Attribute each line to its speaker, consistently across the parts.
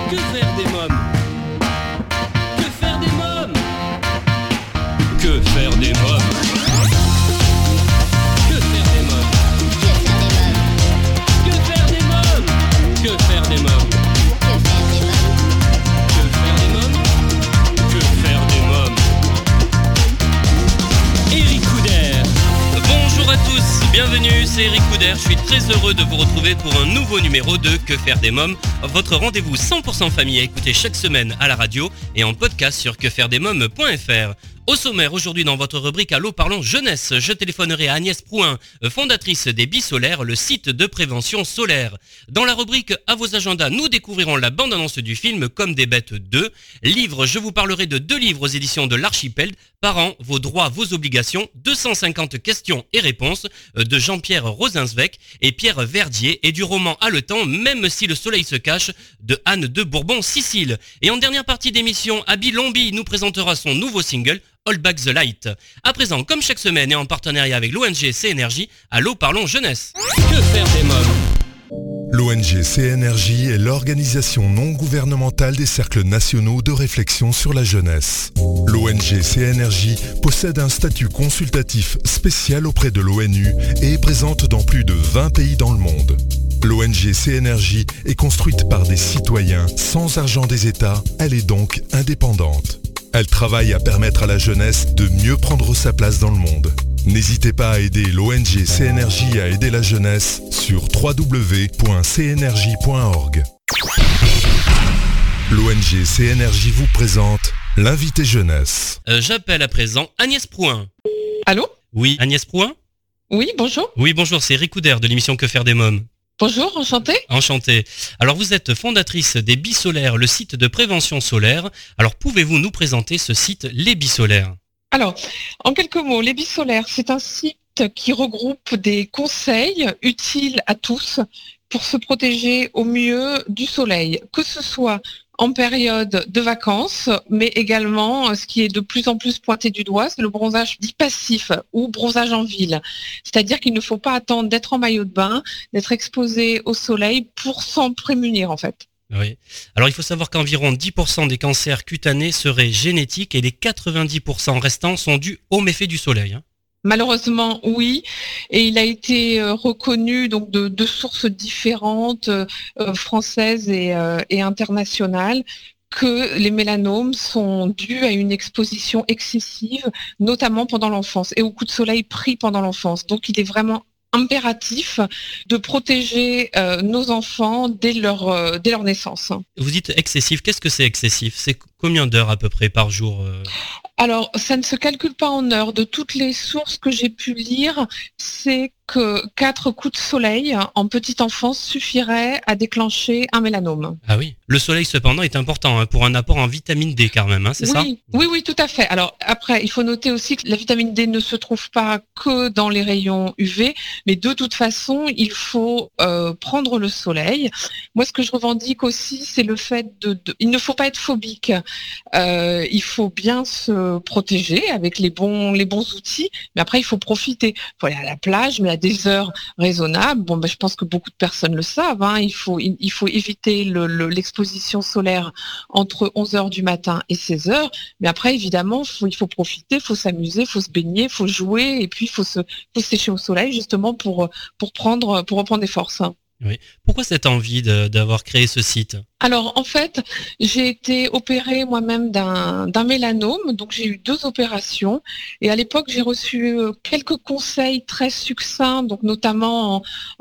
Speaker 1: Que faire des mômes? Que faire des mômes? Que faire des mômes? Que faire des mômes? Que faire des mômes? Que faire des mômes? Que faire des mômes? Que faire des mômes? Eric Couder. Bonjour à tous, bienvenue, c'est Eric Couder. Je suis très heureux de vous retrouver pour un nouveau numéro de Que faire des mômes, votre rendez-vous 100% famille à écouter chaque semaine à la radio et en podcast sur quefairedesmômes.fr. Au sommaire, aujourd'hui dans votre rubrique Allô parlons jeunesse, je téléphonerai à Agnès Prouin, fondatrice des Bisolaires, le site de prévention solaire. Dans la rubrique À vos agendas, nous découvrirons la bande-annonce du film Comme des bêtes 2. Livre, je vous parlerai de 2 livres aux éditions de l'Archipel, Parents, vos droits, vos obligations, 250 questions et réponses de Jean-Pierre Rosinsbeck et Pierre Verdier et du roman Haletant, Même si le soleil se cache de Anne de Bourbon-Sicile. Et en dernière partie d'émission, Abby Lombi nous présentera son nouveau single All Back the Light. À présent, comme chaque semaine et en partenariat avec l'ONG CNRJ, Allô parlons jeunesse. Que faire des mômes?
Speaker 2: L'ONG CNRJ est l'organisation non gouvernementale des cercles nationaux de réflexion sur la jeunesse. L'ONG CNRJ possède un statut consultatif spécial auprès de l'ONU et est présente dans plus de 20 pays dans le monde. L'ONG CNRJ est construite par des citoyens sans argent des États, elle est donc indépendante. Elle travaille à permettre à la jeunesse de mieux prendre sa place dans le monde. N'hésitez pas à aider l'ONG CNRJ à aider la jeunesse sur www.cnrj.org. L'ONG CNRJ vous présente l'invité jeunesse.
Speaker 1: J'appelle à présent Agnès Prouin.
Speaker 3: Allô?
Speaker 1: Oui, Agnès Prouin?
Speaker 3: Oui, bonjour.
Speaker 1: Oui, bonjour, c'est Eric Couder de l'émission Que faire des mômes.
Speaker 3: Bonjour, enchanté.
Speaker 1: Enchanté. Alors vous êtes fondatrice des Bisolaires, le site de prévention solaire. Alors pouvez-vous nous présenter ce site, les Bisolaires?
Speaker 3: Alors, en quelques mots, les Bisolaires, c'est un site qui regroupe des conseils utiles à tous pour se protéger au mieux du soleil, que ce soit en période de vacances, mais également, ce qui est de plus en plus pointé du doigt, c'est le bronzage dit passif ou bronzage en ville. C'est-à-dire qu'il ne faut pas attendre d'être en maillot de bain, d'être exposé au soleil pour s'en prémunir en fait.
Speaker 1: Oui. Alors il faut savoir qu'environ 10% des cancers cutanés seraient génétiques et les 90% restants sont dus aux méfaits du soleil.
Speaker 3: Malheureusement, oui, et il a été reconnu donc de sources différentes, françaises et internationales, que les mélanomes sont dus à une exposition excessive, notamment pendant l'enfance et au coup de soleil pris pendant l'enfance. Donc, il est vraiment impératif de protéger nos enfants dès leur naissance.
Speaker 1: Vous dites excessif, qu'est-ce que c'est excessif? C'est combien d'heures à peu près par jour?
Speaker 3: Alors, ça ne se calcule pas en heures. De toutes les sources que j'ai pu lire, c'est que 4 coups de soleil en petite enfance suffiraient à déclencher un mélanome.
Speaker 1: Ah oui. Le soleil, cependant, est important pour un apport en vitamine D quand même, c'est ça?
Speaker 3: Oui, tout à fait. Alors, après, il faut noter aussi que la vitamine D ne se trouve pas que dans les rayons UV, mais de toute façon, il faut prendre le soleil. Moi, ce que je revendique aussi, c'est le fait il ne faut pas être phobique. Il faut bien se protéger avec les bons outils, mais après, il faut profiter. Il faut aller à la plage, mais à des heures raisonnables. Bon, je pense que beaucoup de personnes le savent. Il faut éviter l'exposition solaire entre 11h du matin et 16h. Mais après, évidemment, il faut profiter, il faut s'amuser, il faut se baigner, il faut jouer, et puis il faut se sécher au soleil justement pour reprendre des forces.
Speaker 1: Oui. Pourquoi cette envie d'avoir créé ce site?
Speaker 3: Alors, en fait, j'ai été opérée moi-même d'un mélanome, donc j'ai eu 2 opérations. Et à l'époque, j'ai reçu quelques conseils très succincts, donc notamment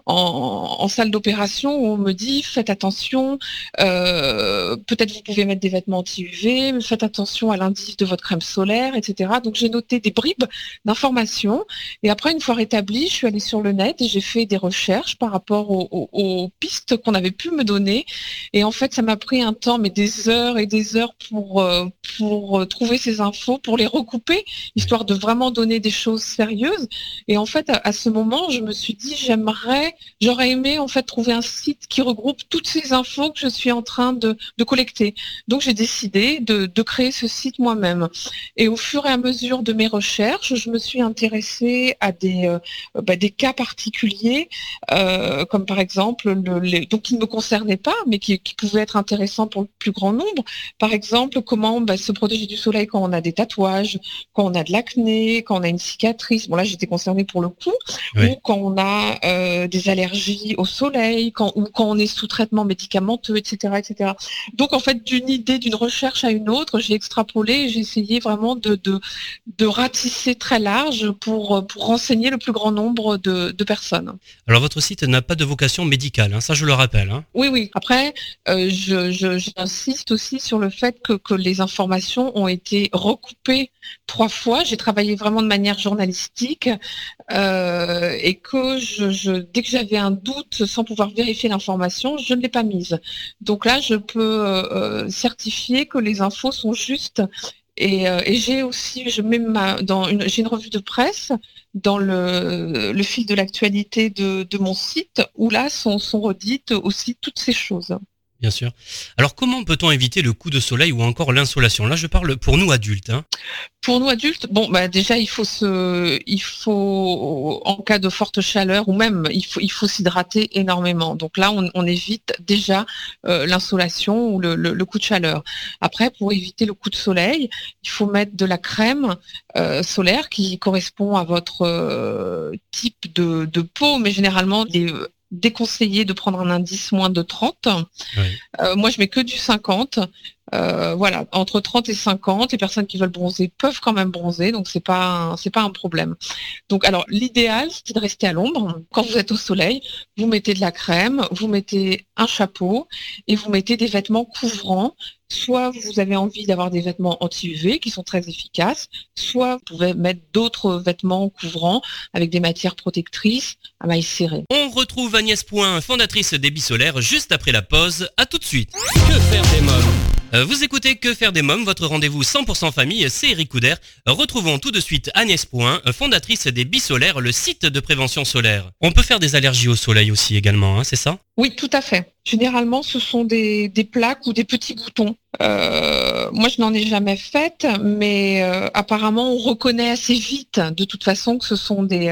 Speaker 3: en salle d'opération, où on me dit faites attention, peut-être vous pouvez mettre des vêtements anti-UV, mais faites attention à l'indice de votre crème solaire, etc. Donc j'ai noté des bribes d'informations. Et après, une fois rétablie, je suis allée sur le net et j'ai fait des recherches par rapport aux pistes qu'on avait pu me donner. Et en fait, ça m'a pris un temps, mais des heures et des heures pour trouver ces infos, pour les recouper, histoire de vraiment donner des choses sérieuses. Et en fait, à ce moment, je me suis dit, j'aurais aimé en fait trouver un site qui regroupe toutes ces infos que je suis en train de collecter. Donc, j'ai décidé de créer ce site moi-même. Et au fur et à mesure de mes recherches, je me suis intéressée à des cas particuliers, comme par exemple, donc qui ne me concernaient pas, mais qui pouvaient pouvait être intéressant pour le plus grand nombre. Par exemple, comment se protéger du soleil quand on a des tatouages, quand on a de l'acné, quand on a une cicatrice. Bon là, j'étais concernée pour le coup.
Speaker 1: Oui.
Speaker 3: Ou quand on a des allergies au soleil, ou quand on est sous traitement médicamenteux, etc., etc. Donc en fait, d'une idée, d'une recherche à une autre, j'ai extrapolé et j'ai essayé vraiment de ratisser très large pour renseigner le plus grand nombre de personnes.
Speaker 1: Alors votre site n'a pas de vocation médicale, hein, ça je le rappelle. Hein.
Speaker 3: Oui. Après, j'insiste aussi sur le fait que les informations ont été recoupées 3 fois. J'ai travaillé vraiment de manière journalistique et que dès que j'avais un doute sans pouvoir vérifier l'information, je ne l'ai pas mise. Donc là, je peux certifier que les infos sont justes. Et j'ai aussi, j'ai une revue de presse dans le fil de l'actualité de mon site où là sont redites aussi toutes ces choses.
Speaker 1: Bien sûr. Alors comment peut-on éviter le coup de soleil ou encore l'insolation? Là je parle pour nous adultes. Hein.
Speaker 3: Pour nous adultes, déjà il faut en cas de forte chaleur ou même il faut s'hydrater énormément. Donc là on évite déjà l'insolation ou le coup de chaleur. Après pour éviter le coup de soleil, il faut mettre de la crème solaire qui correspond à votre type de peau, mais généralement il est déconseillé de prendre un indice moins de 30.
Speaker 1: Oui.
Speaker 3: Moi je mets que du 50. Voilà, entre 30 et 50, les personnes qui veulent bronzer peuvent quand même bronzer, donc c'est pas un problème. Donc alors l'idéal c'est de rester à l'ombre. Quand vous êtes au soleil, vous mettez de la crème, vous mettez un chapeau et vous mettez des vêtements couvrants. Soit vous avez envie d'avoir des vêtements anti-UV qui sont très efficaces, soit vous pouvez mettre d'autres vêtements couvrants avec des matières protectrices à mailles serrées.
Speaker 1: On retrouve Agnès Point, fondatrice des Bisolaires, juste après la pause. À tout de suite. Que faire des mômes? Vous écoutez Que faire des mômes, votre rendez-vous 100% famille, c'est Eric Couder. Retrouvons tout de suite Agnès Point, fondatrice des Bisolaires, le site de prévention solaire. On peut faire des allergies au soleil aussi également, hein, c'est ça?
Speaker 3: Oui, tout à fait. Généralement, ce sont des plaques ou des petits boutons. Moi, je n'en ai jamais fait, mais apparemment, on reconnaît assez vite, de toute façon, que ce sont des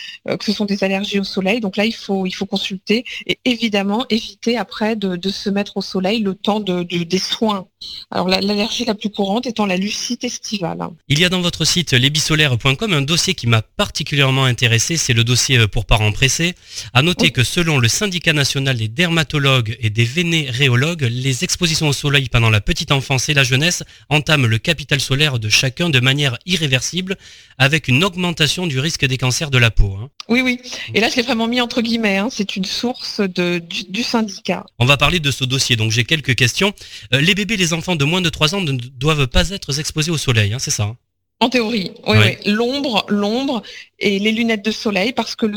Speaker 3: allergies au soleil. Donc là, il faut consulter et évidemment éviter après de se mettre au soleil le temps des soins. Alors l'allergie la plus courante étant la lucite estivale.
Speaker 1: Il y a dans votre site lesbisolaires.com un dossier qui m'a particulièrement intéressé, c'est le dossier pour parents pressés. À noter que selon le syndicat national des dermatologues et des vénéréologues, les expositions au soleil pendant la petite enfance et la jeunesse entament le capital solaire de chacun de manière irréversible, avec une augmentation du risque des cancers de la peau. Hein.
Speaker 3: Oui. Et là, je l'ai vraiment mis entre guillemets. Hein. C'est une source du syndicat.
Speaker 1: On va parler de ce dossier, donc j'ai quelques questions. Les bébés, les enfants de moins de 3 ans ne doivent pas être exposés au soleil, hein, c'est ça?
Speaker 3: En théorie, oui. L'ombre et les lunettes de soleil, parce que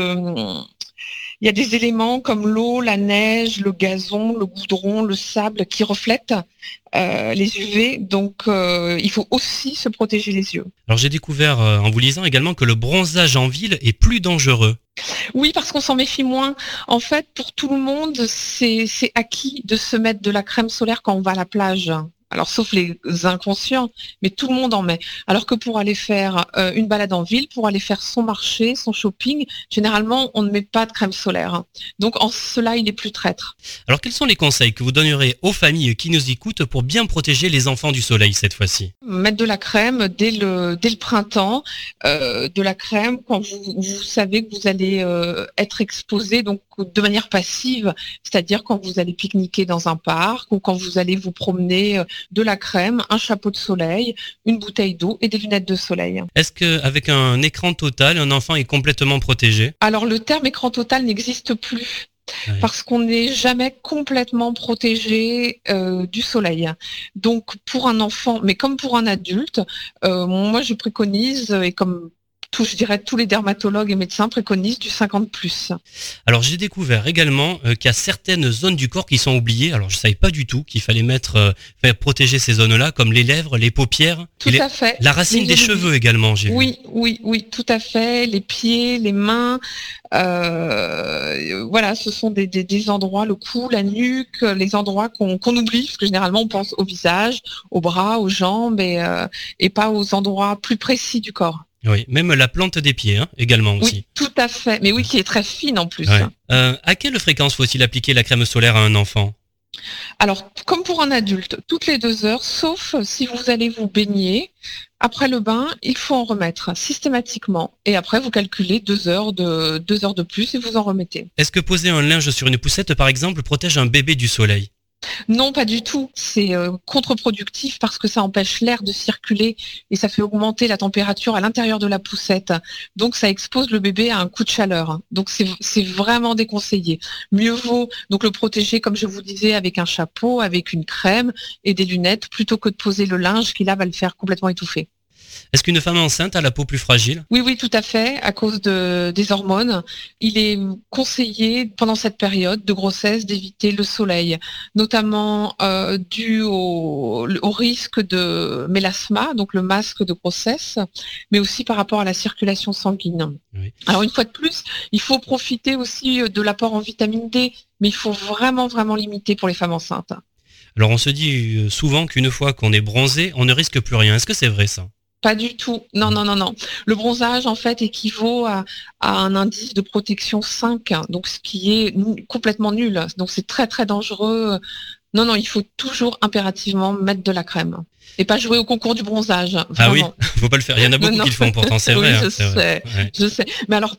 Speaker 3: il y a des éléments comme l'eau, la neige, le gazon, le goudron, le sable qui reflètent les UV. Donc, il faut aussi se protéger les yeux.
Speaker 1: Alors, j'ai découvert en vous lisant également que le bronzage en ville est plus dangereux.
Speaker 3: Oui, parce qu'on s'en méfie moins. En fait, pour tout le monde, c'est acquis de se mettre de la crème solaire quand on va à la plage. Alors, sauf les inconscients, mais tout le monde en met. Alors que pour aller faire une balade en ville, pour aller faire son marché, son shopping, généralement, on ne met pas de crème solaire. Donc, en cela, il est plus traître.
Speaker 1: Alors, quels sont les conseils que vous donnerez aux familles qui nous écoutent pour bien protéger les enfants du soleil cette fois-ci?
Speaker 3: Mettre de la crème dès le printemps, de la crème quand vous savez que vous allez être exposé, donc de manière passive, c'est-à-dire quand vous allez pique-niquer dans un parc ou quand vous allez vous promener, de la crème, un chapeau de soleil, une bouteille d'eau et des lunettes de soleil.
Speaker 1: Est-ce qu'avec un écran total, un enfant est complètement protégé?
Speaker 3: Alors le terme écran total n'existe plus. Oui. Parce qu'on n'est jamais complètement protégé du soleil. Donc pour un enfant, mais comme pour un adulte, moi je préconise, et comme je dirais tous les dermatologues et médecins préconisent du 50+.
Speaker 1: Alors j'ai découvert également qu'il y a certaines zones du corps qui sont oubliées. Alors je savais pas du tout qu'il fallait protéger ces zones-là, comme les lèvres, les paupières.
Speaker 3: Tout à fait.
Speaker 1: La racine des cheveux également, j'ai vu.
Speaker 3: Oui, tout à fait. Les pieds, les mains. Voilà, ce sont des endroits, le cou, la nuque, les endroits qu'on oublie, parce que généralement on pense au visage, aux bras, aux jambes et pas aux endroits plus précis du corps.
Speaker 1: Oui, même la plante des pieds, hein, également aussi.
Speaker 3: Oui, tout à fait. Mais oui, qui est très fine en plus.
Speaker 1: Ouais. À quelle fréquence faut-il appliquer la crème solaire à un enfant?
Speaker 3: Alors, comme pour un adulte, toutes les 2 heures, sauf si vous allez vous baigner. Après le bain, il faut en remettre systématiquement. Et après, vous calculez 2 heures de plus et vous en remettez.
Speaker 1: Est-ce que poser un linge sur une poussette, par exemple, protège un bébé du soleil ?
Speaker 3: Non, pas du tout. C'est contre-productif parce que ça empêche l'air de circuler et ça fait augmenter la température à l'intérieur de la poussette. Donc, ça expose le bébé à un coup de chaleur. Donc, c'est vraiment déconseillé. Mieux vaut donc le protéger, comme je vous disais, avec un chapeau, avec une crème et des lunettes, plutôt que de poser le linge qui, là, va le faire complètement étouffer.
Speaker 1: Est-ce qu'une femme enceinte a la peau plus fragile ?
Speaker 3: Oui, tout à fait. À cause des hormones, il est conseillé pendant cette période de grossesse d'éviter le soleil, notamment dû au risque de mélasma, donc le masque de grossesse, mais aussi par rapport à la circulation sanguine.
Speaker 1: Oui.
Speaker 3: Alors une fois de plus, il faut profiter aussi de l'apport en vitamine D, mais il faut vraiment limiter pour les femmes enceintes.
Speaker 1: Alors on se dit souvent qu'une fois qu'on est bronzé, on ne risque plus rien. Est-ce que c'est vrai ça ?
Speaker 3: Pas du tout. Non. Le bronzage, en fait, équivaut à un indice de protection 5, donc ce qui est complètement nul. Donc c'est très dangereux. Non, il faut toujours impérativement mettre de la crème. Et pas jouer au concours du bronzage. Vraiment.
Speaker 1: Ah oui, faut pas le faire. Il y en a beaucoup qui le font pourtant, c'est vrai.
Speaker 3: Oui, je sais. Mais alors,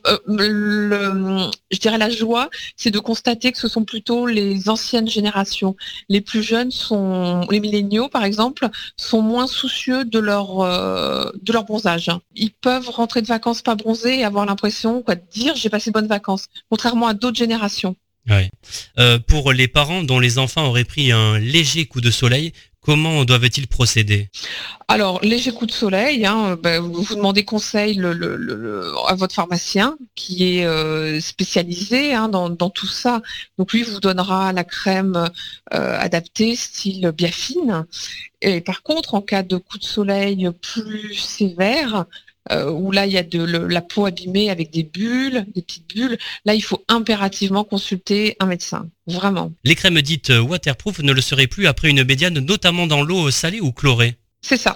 Speaker 3: je dirais la joie, c'est de constater que ce sont plutôt les anciennes générations. Les plus jeunes les milléniaux par exemple, sont moins soucieux de leur bronzage. Ils peuvent rentrer de vacances pas bronzés et avoir l'impression de dire j'ai passé de bonnes vacances, contrairement à d'autres générations.
Speaker 1: Ouais. Pour les parents dont les enfants auraient pris un léger coup de soleil, comment doivent-ils procéder ?
Speaker 3: Alors, léger coup de soleil, vous demandez conseil à votre pharmacien qui est spécialisé dans tout ça. Donc lui vous donnera la crème adaptée, style Biafine. Et par contre, en cas de coup de soleil plus sévère, où là il y a la peau abîmée avec des petites bulles, là il faut impérativement consulter un médecin, vraiment.
Speaker 1: Les crèmes dites waterproof ne le seraient plus après une baignade, notamment dans l'eau salée ou chlorée.
Speaker 3: C'est ça.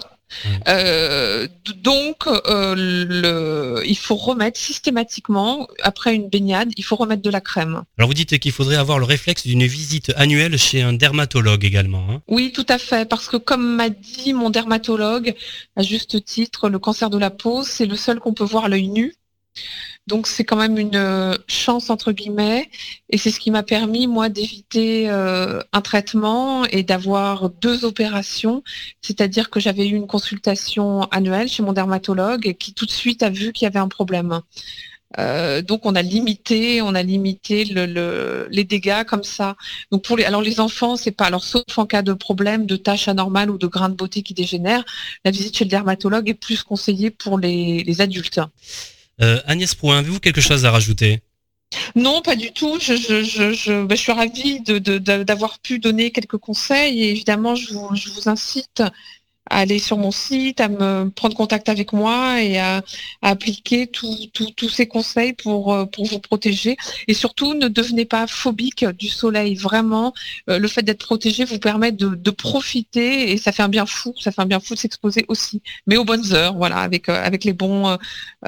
Speaker 3: Donc, il faut remettre systématiquement, après une baignade, il faut remettre de la crème.
Speaker 1: Alors vous dites qu'il faudrait avoir le réflexe d'une visite annuelle chez un dermatologue également. Hein ?
Speaker 3: Oui, tout à fait, parce que comme m'a dit mon dermatologue, à juste titre, le cancer de la peau, c'est le seul qu'on peut voir à l'œil nu. Donc c'est quand même une chance entre guillemets, et c'est ce qui m'a permis moi d'éviter un traitement et d'avoir 2 opérations, c'est-à-dire que j'avais eu une consultation annuelle chez mon dermatologue qui tout de suite a vu qu'il y avait un problème. Donc on a limité les dégâts comme ça. Donc alors les enfants, c'est pas, alors sauf en cas de problème de taches anormales ou de grains de beauté qui dégénèrent, la visite chez le dermatologue est plus conseillée pour les adultes.
Speaker 1: Agnès Prouin, avez-vous quelque chose à rajouter ?
Speaker 3: Non, pas du tout. Je suis ravie d'avoir pu donner quelques conseils et évidemment, je vous incite à aller sur mon site, à me prendre contact avec moi et à appliquer tous ces conseils pour vous protéger. Et surtout, ne devenez pas phobique du soleil. Vraiment, le fait d'être protégé vous permet de profiter et ça fait un bien fou. Ça fait un bien fou de s'exposer aussi, mais aux bonnes heures, voilà, avec les bonnes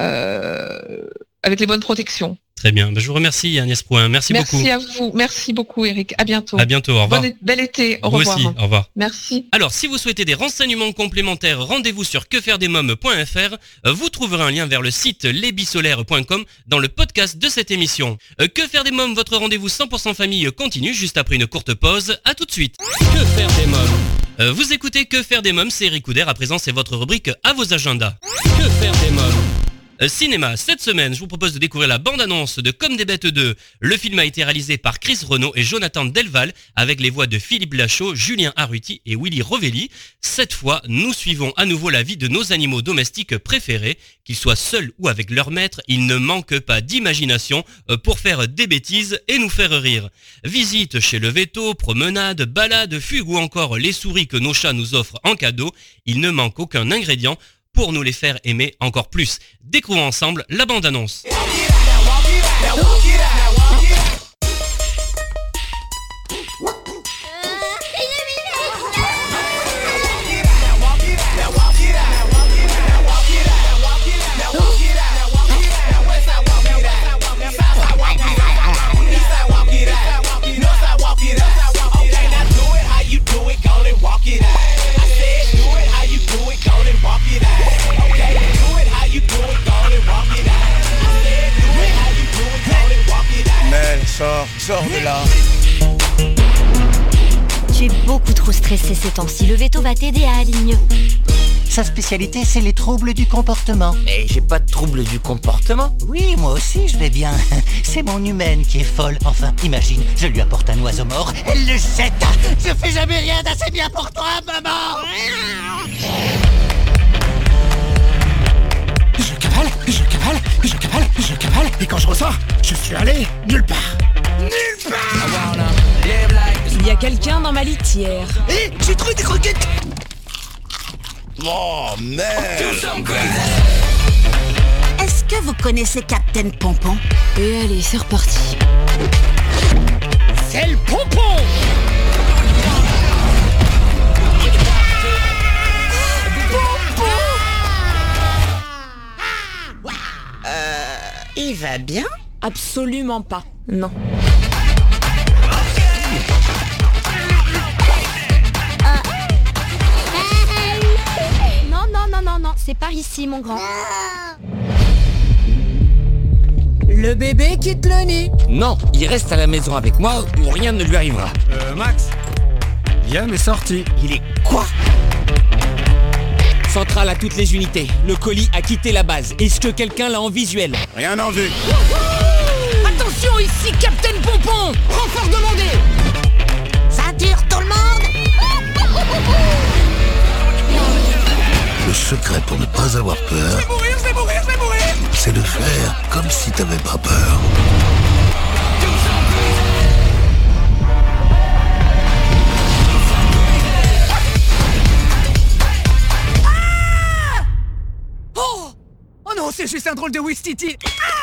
Speaker 3: protections.
Speaker 1: Très bien. Je vous remercie Agnès Prouin. Merci beaucoup.
Speaker 3: Merci à vous. Merci beaucoup Eric. À bientôt.
Speaker 1: À bientôt. Au revoir.
Speaker 3: Bel été. Au revoir.
Speaker 1: Vous aussi. Au revoir.
Speaker 3: Merci.
Speaker 1: Alors, si vous souhaitez des renseignements complémentaires, rendez-vous sur quefairedesmoms.fr. Vous trouverez un lien vers le site lesbisolaires.com dans le podcast de cette émission. Que faire des mômes, votre rendez-vous 100% famille continue juste après une courte pause. À tout de suite. Que faire des mômes. Vous écoutez Que faire des mômes, c'est Eric Couder. À présent, c'est votre rubrique à vos agendas. Que faire des mômes. Cinéma, cette semaine, je vous propose de découvrir la bande-annonce de Comme des bêtes 2. Le film a été réalisé par Chris Renaud et Jonathan Delval avec les voix de Philippe Lachaud, Julien Arruti et Willy Rovelli. Cette fois, nous suivons à nouveau la vie de nos animaux domestiques préférés. Qu'ils soient seuls ou avec leur maître, ils ne manquent pas d'imagination pour faire des bêtises et nous faire rire. Visite chez le véto, promenade, balade, fugue ou encore les souris que nos chats nous offrent en cadeau, il ne manque aucun ingrédient pour nous les faire aimer encore plus. Découvrons ensemble la bande-annonce.
Speaker 4: Tu es beaucoup trop stressé ces temps-ci. Le veto va t'aider à aller mieux.
Speaker 5: Sa spécialité, c'est les troubles du comportement.
Speaker 6: Mais j'ai pas de troubles du comportement.
Speaker 5: Oui, moi aussi, je vais bien. C'est mon humaine qui est folle. Enfin, imagine, je lui apporte un oiseau mort, elle le jette. Je fais jamais rien d'assez bien pour toi, maman. Je cavale, et quand je ressors, je suis allé nulle part.
Speaker 7: Il y a quelqu'un dans ma litière.
Speaker 5: Hé, j'ai trouvé des croquettes.
Speaker 8: Oh merde!
Speaker 4: Est-ce que vous connaissez Captain Pompon?
Speaker 7: Et allez, c'est reparti.
Speaker 5: C'est le pompon.
Speaker 4: Il va bien?
Speaker 7: Absolument pas. Non.
Speaker 4: Non, c'est par ici, mon grand.
Speaker 7: Le bébé quitte le nid.
Speaker 6: Non, il reste à la maison avec moi ou rien ne lui arrivera.
Speaker 9: Max, viens mais sorti.
Speaker 6: Il est quoi? Centrale à toutes les unités. Le colis a quitté la base. Est-ce que quelqu'un l'a en visuel?
Speaker 8: Rien en vue.
Speaker 7: Attention, ici Captain Pompon. Renfort demandé.
Speaker 4: Ceinture, tout le monde.
Speaker 8: Le secret pour ne pas avoir peur,
Speaker 7: Je vais mourir.
Speaker 8: c'est de faire comme si t'avais pas peur.
Speaker 7: Oh non, c'est juste un drôle de Wistiti.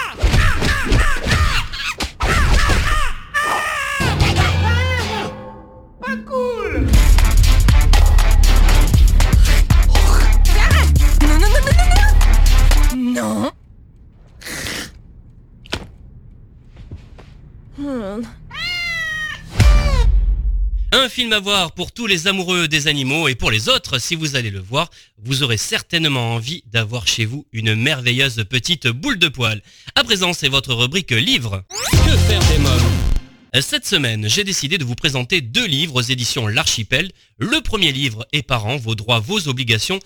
Speaker 7: Pas cool. Non.
Speaker 1: Un film à voir pour tous les amoureux des animaux et pour les autres, si vous allez le voir, vous aurez certainement envie d'avoir chez vous une merveilleuse petite boule de poil. À présent, c'est votre rubrique livre. Que faire des mômes ? Cette semaine, j'ai décidé de vous présenter 2 livres aux éditions L'Archipel. Le premier livre est Parents, vos droits, vos obligations,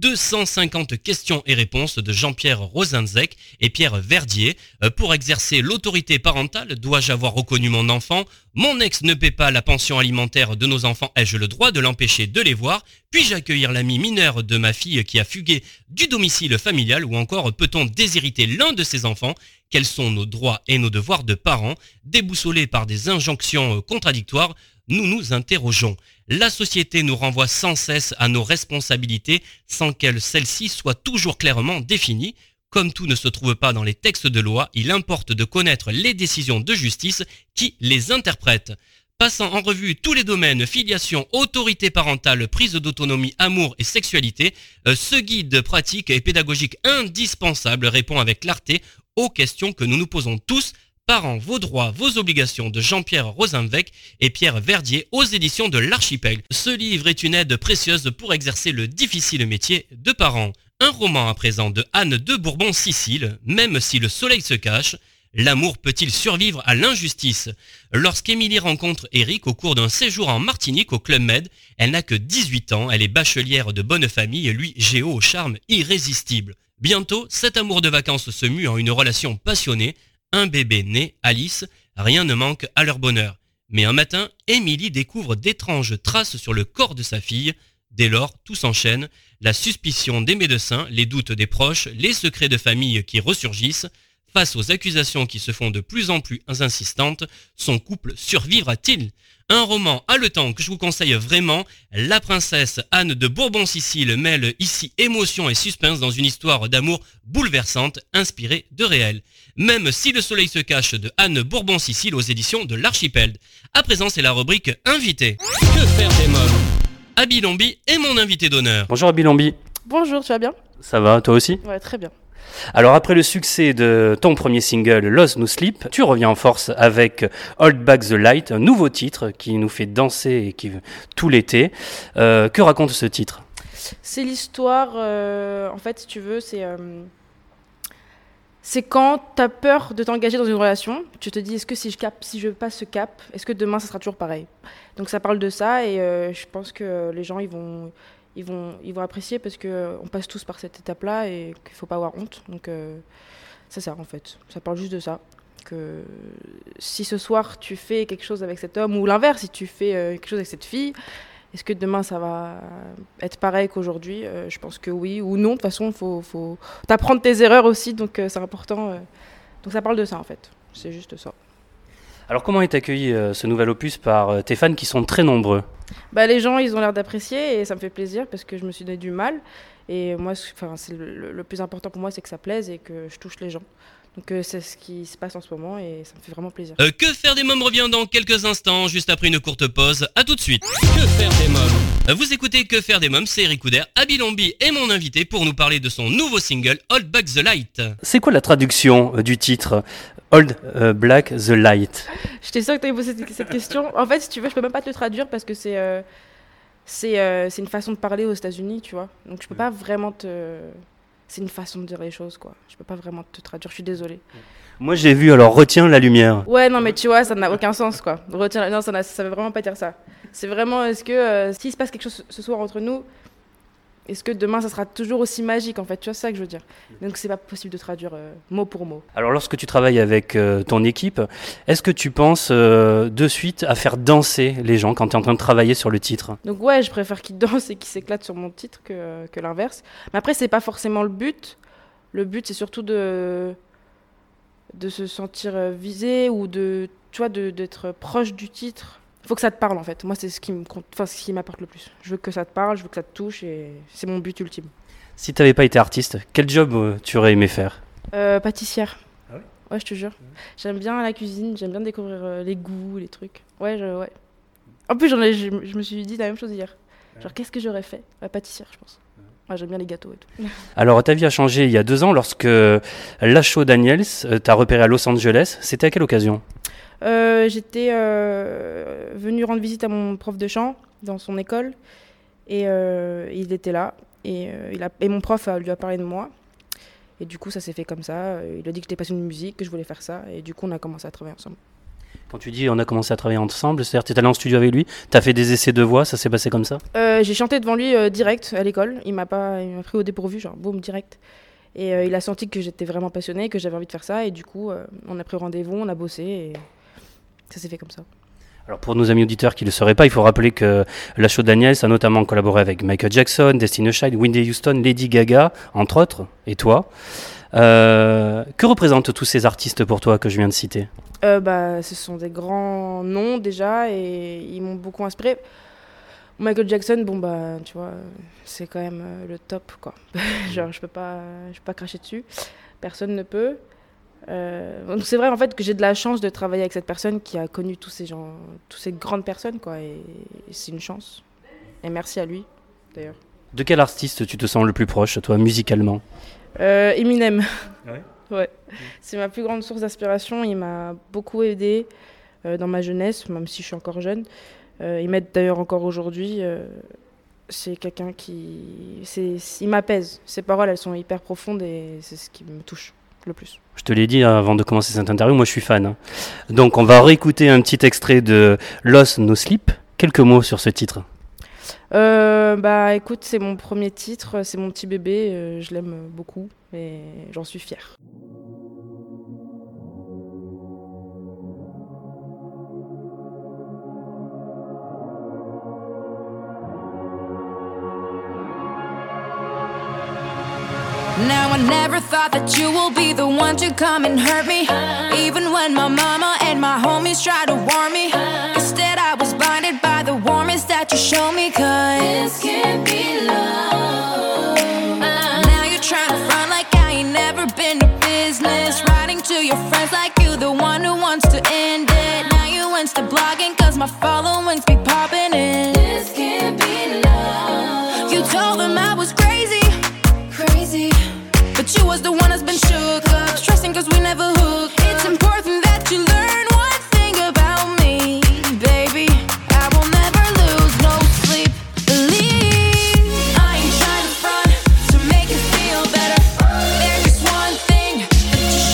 Speaker 1: 250 questions et réponses de Jean-Pierre Rosinzec et Pierre Verdier. Pour exercer l'autorité parentale, dois-je avoir reconnu mon enfant? Mon ex ne paie pas la pension alimentaire de nos enfants, ai-je le droit de l'empêcher de les voir? Puis-je accueillir l'ami mineur de ma fille qui a fugué du domicile familial? Ou encore, peut-on déshériter l'un de ses enfants? Quels sont nos droits et nos devoirs de parents? Déboussolés par des injonctions contradictoires, nous nous interrogeons. La société nous renvoie sans cesse à nos responsabilités sans que celles-ci soient toujours clairement définies. Comme tout ne se trouve pas dans les textes de loi, il importe de connaître les décisions de justice qui les interprètent. Passant en revue tous les domaines, filiation, autorité parentale, prise d'autonomie, amour et sexualité, ce guide pratique et pédagogique indispensable répond avec clarté aux questions que nous nous posons tous. Parents, vos droits, vos obligations de Jean-Pierre Rosinvec et Pierre Verdier aux éditions de l'Archipel. Ce livre est une aide précieuse pour exercer le difficile métier de parent. Un roman à présent de Anne de Bourbon-Sicile, même si le soleil se cache. L'amour peut-il survivre à l'injustice? Lorsqu'Émilie rencontre Eric au cours d'un séjour en Martinique au Club Med, elle n'a que 18 ans, elle est bachelière de bonne famille et lui géo au charme irrésistible. Bientôt, cet amour de vacances se mue en une relation passionnée. Un bébé naît, Alice, rien ne manque à leur bonheur. Mais un matin, Émilie découvre d'étranges traces sur le corps de sa fille. Dès lors, tout s'enchaîne, la suspicion des médecins, les doutes des proches, les secrets de famille qui ressurgissent. Face aux accusations qui se font de plus en plus insistantes, son couple survivra-t-il? Un roman haletant que je vous conseille vraiment. La princesse Anne de Bourbon-Sicile mêle ici émotion et suspense dans une histoire d'amour bouleversante, inspirée de réel. Même si le soleil se cache de Anne Bourbon-Sicile aux éditions de l'Archipel. À présent, c'est la rubrique Invité. Que faire des mômes? Abby Lombi est mon invité d'honneur.
Speaker 10: Bonjour Abby Lombi.
Speaker 11: Bonjour, tu vas bien?
Speaker 10: Ça va, toi aussi?
Speaker 11: Ouais, très bien.
Speaker 10: Alors après le succès de ton premier single Lost No Sleep, tu reviens en force avec Hold Back the Light, un nouveau titre qui nous fait danser tout l'été. Que raconte ce titre?
Speaker 11: C'est l'histoire, en fait, si tu veux, c'est c'est quand tu as peur de t'engager dans une relation, tu te dis est-ce que si je passe ce cap, est-ce que demain ça sera toujours pareil? Donc ça parle de ça et je pense que les gens ils vont apprécier parce qu'on passe tous par cette étape-là et qu'il ne faut pas avoir honte. Donc c'est ça en fait, ça parle juste de ça. Que si ce soir tu fais quelque chose avec cet homme ou l'inverse, si tu fais quelque chose avec cette fille, est-ce que demain ça va être pareil qu'aujourd'hui? Je pense que oui ou non. De toute façon, il faut t'apprendre tes erreurs aussi, donc c'est important. Donc ça parle de ça en fait, c'est juste ça.
Speaker 10: Alors comment est accueilli ce nouvel opus par tes fans qui sont très nombreux?
Speaker 11: Les gens ils ont l'air d'apprécier et ça me fait plaisir parce que je me suis donné du mal. Et moi, c'est le plus important pour moi, c'est que ça plaise et que je touche les gens. Donc c'est ce qui se passe en ce moment et ça me fait vraiment plaisir.
Speaker 1: Que faire des mômes revient dans quelques instants, juste après une courte pause. À tout de suite. Que faire des mômes? Vous écoutez Que faire des mômes, c'est Eric Couder. Abby Lombi est mon invité pour nous parler de son nouveau single Hold Back the Light.
Speaker 10: C'est quoi la traduction du titre Hold Back the Light?
Speaker 11: J'étais sûre que tu avais posé cette question. En fait, si tu veux, je peux même pas te le traduire parce que c'est une façon de parler aux États-Unis, tu vois. Donc je peux pas vraiment c'est une façon de dire les choses, quoi. Je peux pas vraiment te traduire, je suis désolée.
Speaker 10: Moi j'ai vu, alors retiens la lumière.
Speaker 11: Ouais, non mais tu vois, ça n'a aucun sens, quoi. Non, ça veut vraiment pas dire ça. C'est vraiment, est-ce que s'il se passe quelque chose ce soir entre nous, est-ce que demain ça sera toujours aussi magique, en fait? Tu vois, c'est ça que je veux dire. Donc c'est pas possible de traduire mot pour mot.
Speaker 10: Alors lorsque tu travailles avec ton équipe, est-ce que tu penses de suite à faire danser les gens quand tu es en train de travailler sur le titre?
Speaker 11: Donc ouais, je préfère qu'ils dansent et qu'ils s'éclatent sur mon titre que l'inverse. Mais après, c'est pas forcément le but. Le but, c'est surtout de se sentir visé ou d'être proche du titre. Il faut que ça te parle en fait. Moi, c'est ce qui m'apporte le plus. Je veux que ça te parle, je veux que ça te touche et c'est mon but ultime.
Speaker 10: Si tu n'avais pas été artiste, quel job tu aurais aimé faire?
Speaker 11: Pâtissière.
Speaker 10: Ah ouais?
Speaker 11: Ouais, je te jure. J'aime bien la cuisine, j'aime bien découvrir les goûts, les trucs. Ouais. En plus, je me suis dit la même chose hier. Genre, qu'est-ce que j'aurais fait? Pâtissière, je pense. Ouais, j'aime bien les gâteaux et tout.
Speaker 10: Alors, ta vie a changé il y a 2 ans lorsque Lashaud Daniels t'a repéré à Los Angeles. C'était à quelle occasion?
Speaker 11: J'étais venue rendre visite à mon prof de chant dans son école et il était là et mon prof lui a parlé de moi et du coup ça s'est fait comme ça. Il a dit que j'étais passionnée de musique, que je voulais faire ça et du coup on a commencé à travailler ensemble.
Speaker 10: Quand tu dis on a commencé à travailler ensemble, c'est-à-dire que tu es allé en studio avec lui, tu as fait des essais de voix, ça s'est passé comme ça?
Speaker 11: J'ai chanté devant lui direct à l'école, il m'a pris au dépourvu, genre boum, direct. Et il a senti que j'étais vraiment passionnée, que j'avais envie de faire ça et du coup on a pris rendez-vous, on a bossé et ça s'est fait comme ça.
Speaker 10: Alors pour nos amis auditeurs qui ne le sauraient pas, il faut rappeler que Lashaud Daniels a notamment collaboré avec Michael Jackson, Destiny's Child, Whitney Houston, Lady Gaga, entre autres, et toi. Que représentent tous ces artistes pour toi que je viens de citer?
Speaker 11: Ce sont des grands noms déjà et ils m'ont beaucoup inspiré. Michael Jackson, tu vois, c'est quand même le top, quoi. Genre, je peux pas cracher dessus. Personne ne peut. Donc c'est vrai en fait que j'ai de la chance de travailler avec cette personne qui a connu tous ces gens, toutes ces grandes personnes, quoi. Et c'est une chance. Et merci à lui, d'ailleurs.
Speaker 10: De quel artiste tu te sens le plus proche, toi, musicalement?
Speaker 11: Eminem.
Speaker 10: Ouais.
Speaker 11: Ouais. C'est ma plus grande source d'inspiration. Il m'a beaucoup aidé dans ma jeunesse, même si je suis encore jeune. Il m'aide d'ailleurs encore aujourd'hui. C'est quelqu'un il m'apaise. Ses paroles, elles sont hyper profondes et c'est ce qui me touche le plus.
Speaker 10: Je te l'ai dit avant de commencer cette interview, moi je suis fan. Donc on va réécouter un petit extrait de Lost No Sleep. Quelques mots sur ce titre.
Speaker 11: Écoute, c'est mon premier titre, c'est mon petit bébé, je l'aime beaucoup et j'en suis fière.
Speaker 12: Now I never thought that you will be the one to come and hurt me, even when my mama and my homies try to warn me. Instead I was blinded by the warmest that you show me, 'cause this can't be love. Now you're trying to front like I ain't never been to business, writing to your friends like you the one who wants to end it. Now you Insta blogging 'cause my followings be popping in. This can't be love. You told them I was crazy, but you was the one that's been shook up, stressing 'cause we never hooked. It's important that you learn one thing about me, baby. I will never lose no sleep. Believe I ain't trying to front to make you feel better. There's just one thing that you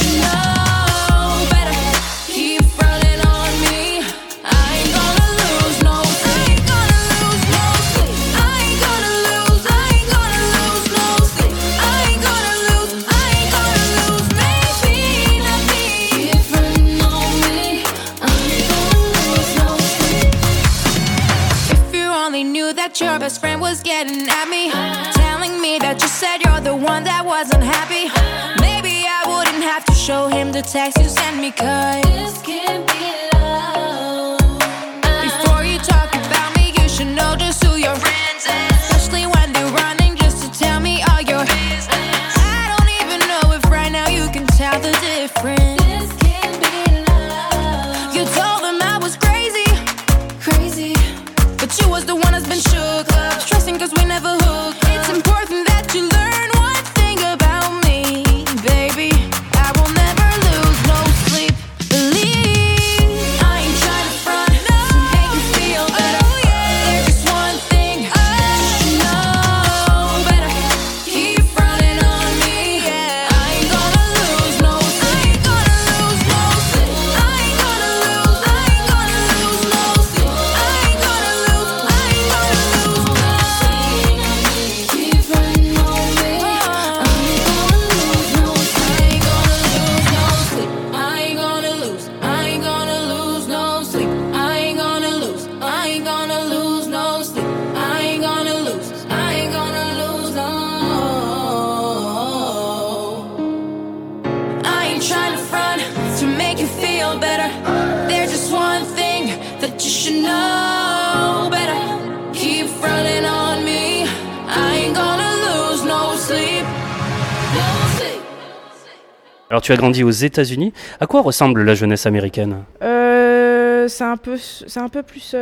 Speaker 12: Everybody knew that your best friend was getting at me, telling me that you said you're the one that wasn't happy. Maybe I wouldn't have to show him the text you sent me, 'cause this can't be love. Before you talk about me, you should know just who your friends are, especially when they're running just to tell me all your business. I don't even know if right now you can tell the difference. This can't be love. You told them I was crazy, crazy, but you was the one that's been shook up, stressing 'cause we never hooked. It's important that you learn one thing about me, baby. I will never lose no sleep. Believe I ain't trying to front to make you feel better. There's just one thing you know better. Keep running on me. I ain't gonna lose no sleep. I ain't gonna lose no sleep. I ain't gonna lose. I ain't gonna lose no sleep. I ain't gonna lose. I ain't gonna lose no sleep. Keep running on me. I ain't gonna lose no sleep. I ain't gonna lose. I ain't gonna lose no sleep. I ain't gonna lose. I ain't gonna lose no sleep. I ain't gonna lose. I ain't gonna lose no. I ain't trying to front to make you feel better. There's just one thing that you should know better. Keep running on me. I ain't gonna lose no sleep. No sleep.
Speaker 10: Alors tu as grandi aux États-Unis. À quoi ressemble la jeunesse américaine ?
Speaker 11: C'est un peu plus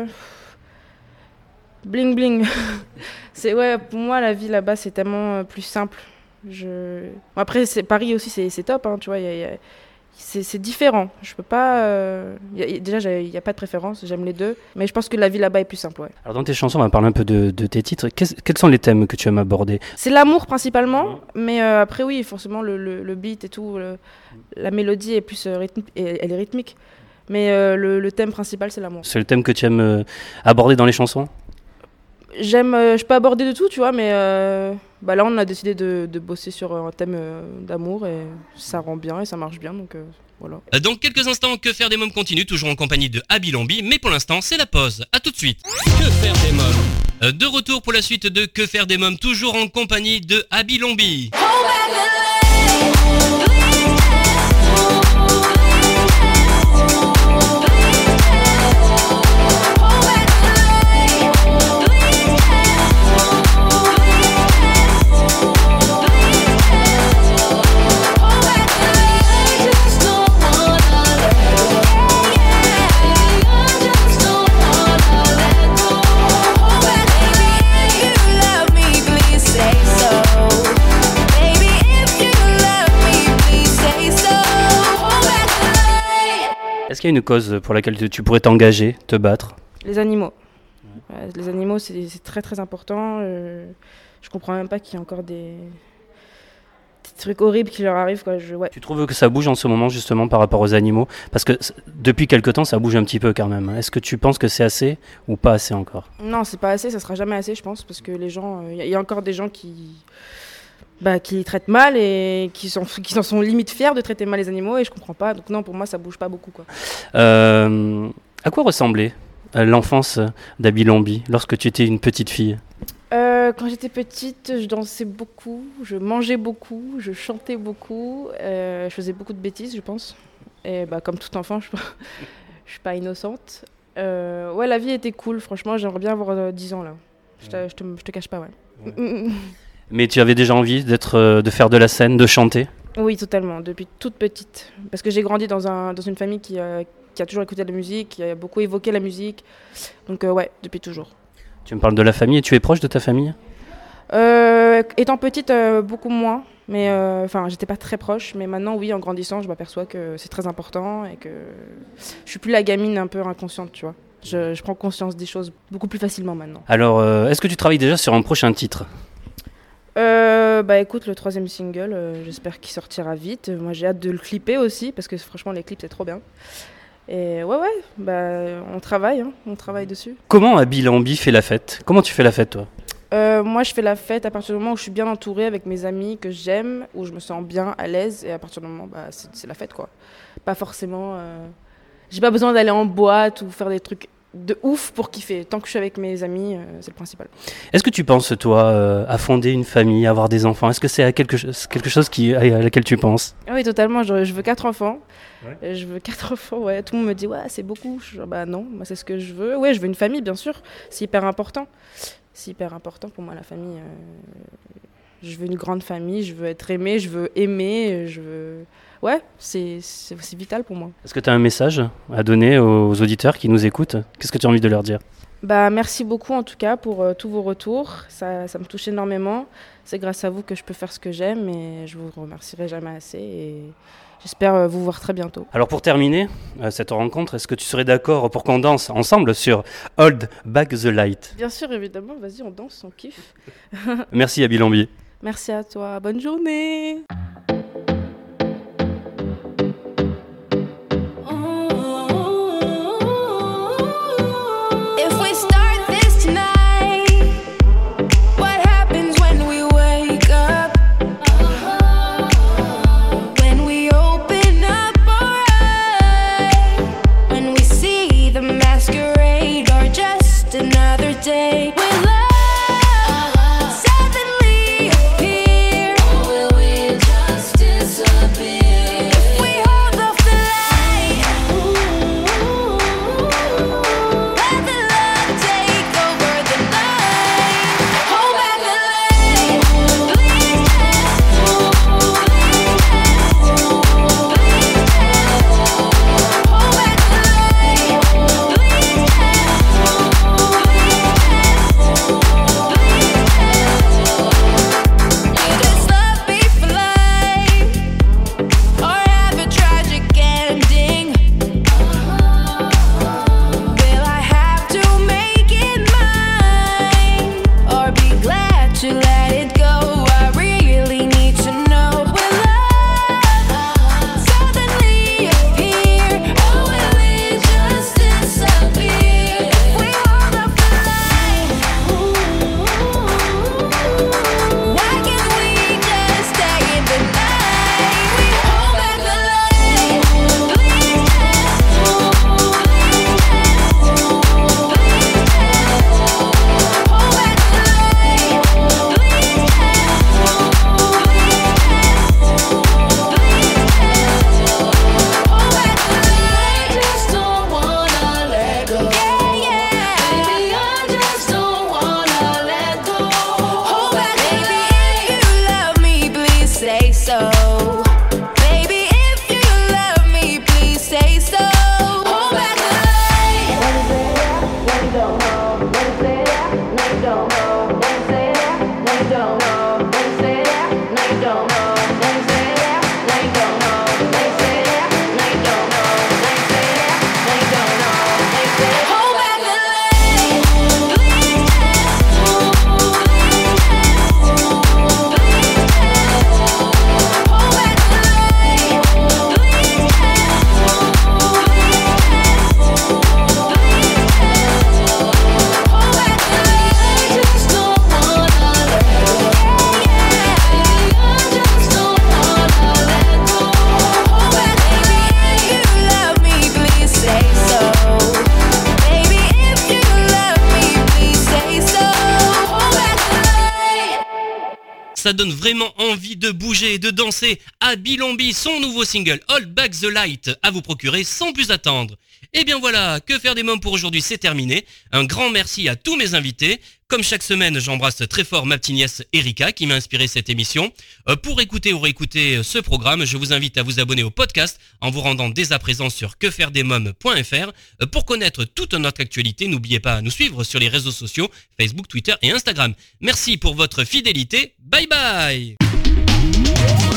Speaker 11: bling bling. Ouais, pour moi la vie là-bas c'est tellement plus simple. Bon, après Paris aussi c'est top, hein, tu vois. C'est différent. Je peux pas. Déjà il y a pas de préférence. J'aime les deux, mais je pense que la vie là-bas est plus simple. Ouais.
Speaker 10: Alors dans tes chansons, on va parler un peu de tes titres. Quels sont les thèmes que tu aimes aborder ?
Speaker 11: C'est l'amour principalement, mais après oui, forcément le beat et tout, la mélodie est plus elle est rythmique, mais le thème principal c'est l'amour.
Speaker 10: C'est le thème que tu aimes aborder dans les chansons ?
Speaker 11: Je peux aborder de tout, tu vois, mais là on a décidé de bosser sur un thème d'amour et ça rend bien et ça marche bien, donc voilà.
Speaker 1: Dans quelques instants, Que faire des mômes continue, toujours en compagnie de Abby Lambi, mais pour l'instant c'est la pause. A tout de suite. Que faire des mômes. De retour pour la suite de Que faire des mômes, toujours en compagnie de Abby Lambi.
Speaker 10: Est-ce qu'il y a une cause pour laquelle tu pourrais t'engager, te battre ?
Speaker 11: Les animaux. Ouais, les animaux, c'est très très important. Je comprends même pas qu'il y ait encore des trucs horribles qui leur arrivent, quoi. Ouais.
Speaker 10: Tu trouves que ça bouge en ce moment justement par rapport aux animaux ? Parce que depuis quelque temps, ça bouge un petit peu quand même. Est-ce que tu penses que c'est assez ou pas assez encore ?
Speaker 11: Non, c'est pas assez, ça sera jamais assez, je pense, parce que les gens, y a encore des gens qui les traitent mal et qui en sont limite fiers de traiter mal les animaux, et je comprends pas. Donc non, pour moi, ça bouge pas beaucoup, quoi.
Speaker 10: À quoi ressemblait l'enfance d'Abby Lambi lorsque tu étais une petite fille ?
Speaker 11: Quand j'étais petite, je dansais beaucoup, je mangeais beaucoup, je chantais beaucoup, je faisais beaucoup de bêtises, je pense. Et comme tout enfant, je suis pas innocente. Ouais, la vie était cool, franchement, j'aimerais bien avoir 10 ans là. Je te cache pas, ouais.
Speaker 10: Mais tu avais déjà envie de faire de la scène, de chanter ?
Speaker 11: Oui, totalement, depuis toute petite. Parce que j'ai grandi dans une famille qui a toujours écouté de la musique, qui a beaucoup évoqué la musique. Donc ouais, depuis toujours.
Speaker 10: Tu me parles de la famille, et tu es proche de ta famille ?
Speaker 11: Étant petite, beaucoup moins. Mais j'étais pas très proche. Mais maintenant, oui, en grandissant, je m'aperçois que c'est très important et que je suis plus la gamine un peu inconsciente, tu vois. Je prends conscience des choses beaucoup plus facilement maintenant.
Speaker 10: Alors, est-ce que tu travailles déjà sur un prochain titre ?
Speaker 11: Écoute, le 3e single, j'espère qu'il sortira vite. Moi, j'ai hâte de le clipper aussi, parce que franchement, les clips, c'est trop bien. Et on travaille dessus.
Speaker 10: Comment Abby Lambi fait la fête ? Comment tu fais la fête, toi ?
Speaker 11: Moi, je fais la fête à partir du moment où je suis bien entourée avec mes amis que j'aime, où je me sens bien, à l'aise, et à partir du moment, c'est la fête, quoi. Pas forcément... J'ai pas besoin d'aller en boîte ou faire des trucs de ouf pour kiffer. Tant que je suis avec mes amis, c'est le principal.
Speaker 10: Est-ce que tu penses, toi, à fonder une famille, à avoir des enfants? Est-ce que c'est quelque chose à laquelle tu penses?
Speaker 11: Ah oui, totalement. Je veux 4 enfants. Ouais. Je veux 4 enfants, ouais. Tout le monde me dit, ouais, c'est beaucoup. Genre, bah non, moi, c'est ce que je veux. Ouais, je veux une famille, bien sûr. C'est hyper important. C'est hyper important pour moi, la famille. Je veux une grande famille, je veux être aimée, je veux aimer, je veux... Ouais, c'est vital pour moi.
Speaker 10: Est-ce que tu as un message à donner aux auditeurs qui nous écoutent? Qu'est-ce que tu as envie de leur dire?
Speaker 11: Bah, merci beaucoup en tout cas pour tous vos retours. Ça me touche énormément. C'est grâce à vous que je peux faire ce que j'aime et je vous remercierai jamais assez. Et j'espère vous voir très bientôt.
Speaker 10: Alors pour terminer cette rencontre, est-ce que tu serais d'accord pour qu'on danse ensemble sur Hold Back the Light?
Speaker 11: Bien sûr, évidemment. Vas-y, on danse, on kiffe.
Speaker 10: Merci Abby Lambier.
Speaker 11: Merci à toi. Bonne journée.
Speaker 1: Ça donne vraiment envie de bouger et de danser. Abby Lambier, son nouveau single Hold Back the Light, à vous procurer sans plus attendre. Et bien voilà, Que faire des mômes pour aujourd'hui, c'est terminé. Un grand merci à tous mes invités. Comme chaque semaine, j'embrasse très fort ma petite nièce Erika qui m'a inspiré cette émission. Pour écouter ou réécouter ce programme, je vous invite à vous abonner au podcast en vous rendant dès à présent sur quefairedesmoms.fr. Pour connaître toute notre actualité, n'oubliez pas à nous suivre sur les réseaux sociaux, Facebook, Twitter et Instagram. Merci pour votre fidélité. Bye bye.